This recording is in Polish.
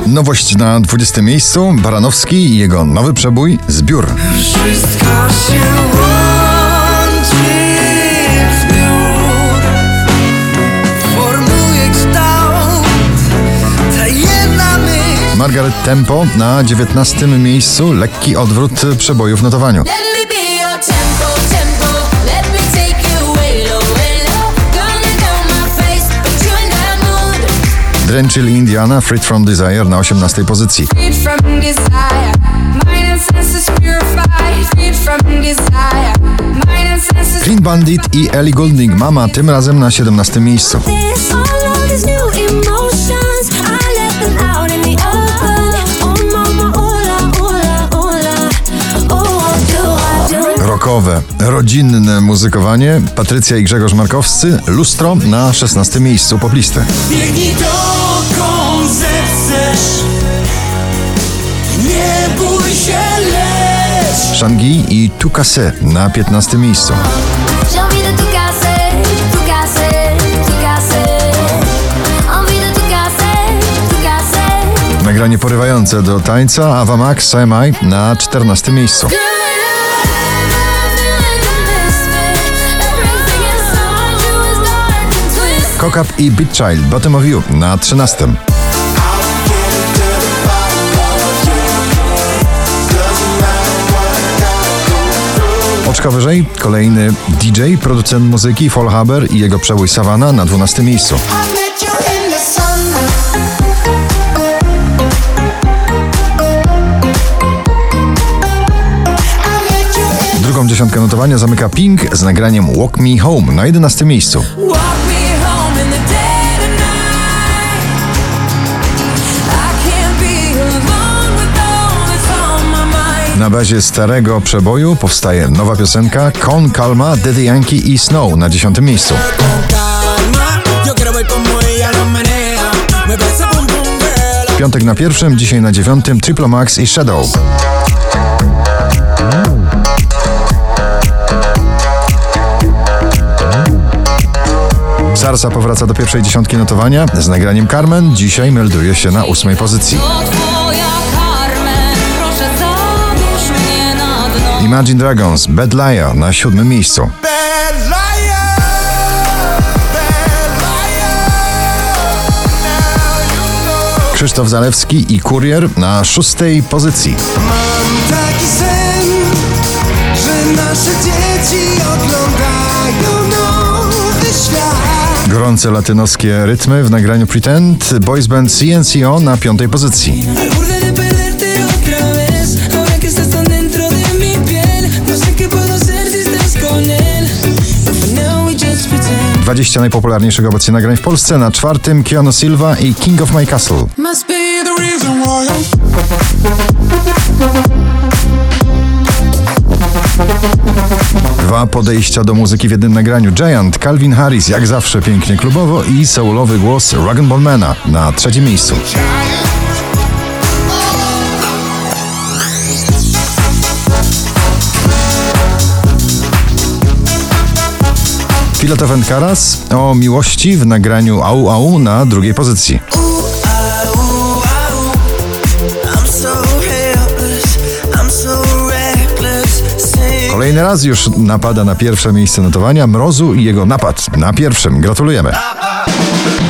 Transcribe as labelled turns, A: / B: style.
A: Nowość na 20. miejscu. Baranowski i jego nowy przebój Zbiór.
B: Wszystko się łączy w zbiór, formuje kształt, ta jedna myśl.
A: Margaret Tempo na 19. miejscu. Lekki odwrót przeboju w notowaniu. Drenchill i Indiana, Freed from Desire na 18. pozycji. Clean Bandit i Ellie Goulding, Mama, tym razem na 17. miejscu. Rockowe, rodzinne muzykowanie. Patrycja i Grzegorz Markowscy, Lustro na 16. miejscu poplisty.
C: Biegnij dokąd zechcesz, nie bój się, lecz.
A: Shangi i Tukase na 15. miejscu. Nagranie porywające do tańca. Ava Max, Semi na 14. miejscu. Cock Up i Beat Child, Bottom of You na 13. Oczka wyżej, kolejny DJ, producent muzyki Fall Haber i jego przebój Savannah na 12. miejscu. Drugą dziesiątkę notowania zamyka Pink z nagraniem Walk Me Home na 11. miejscu. Na bazie starego przeboju powstaje nowa piosenka Con Calma, Daddy Yankee i Snow na 10. miejscu. W piątek na pierwszym, dzisiaj na 9. Triple Max i Shadow. Sarsa powraca do pierwszej dziesiątki notowania z nagraniem Carmen, dzisiaj melduje się na 8. pozycji. Imagine Dragons, Bad Liar na 7. miejscu. Krzysztof Zalewski i Kurier na 6. pozycji.
C: Mam taki sen, że nasze dzieci oglądają nowy świat.
A: Gorące latynoskie rytmy w nagraniu Pretend, boys band CNCO na 5. pozycji. 20 najpopularniejszych obecnie nagrań w Polsce. Na 4. Keanu Silva i King of My Castle. Dwa podejścia do muzyki w jednym nagraniu. Giant, Calvin Harris, jak zawsze pięknie klubowo i soulowy głos Rag'n'Ball Mana na 3. miejscu. Filotow and Karas o miłości w nagraniu Au Au na 2. pozycji. Kolejny raz już napada na pierwsze miejsce notowania Mrozu i jego Napad na pierwszym. Gratulujemy.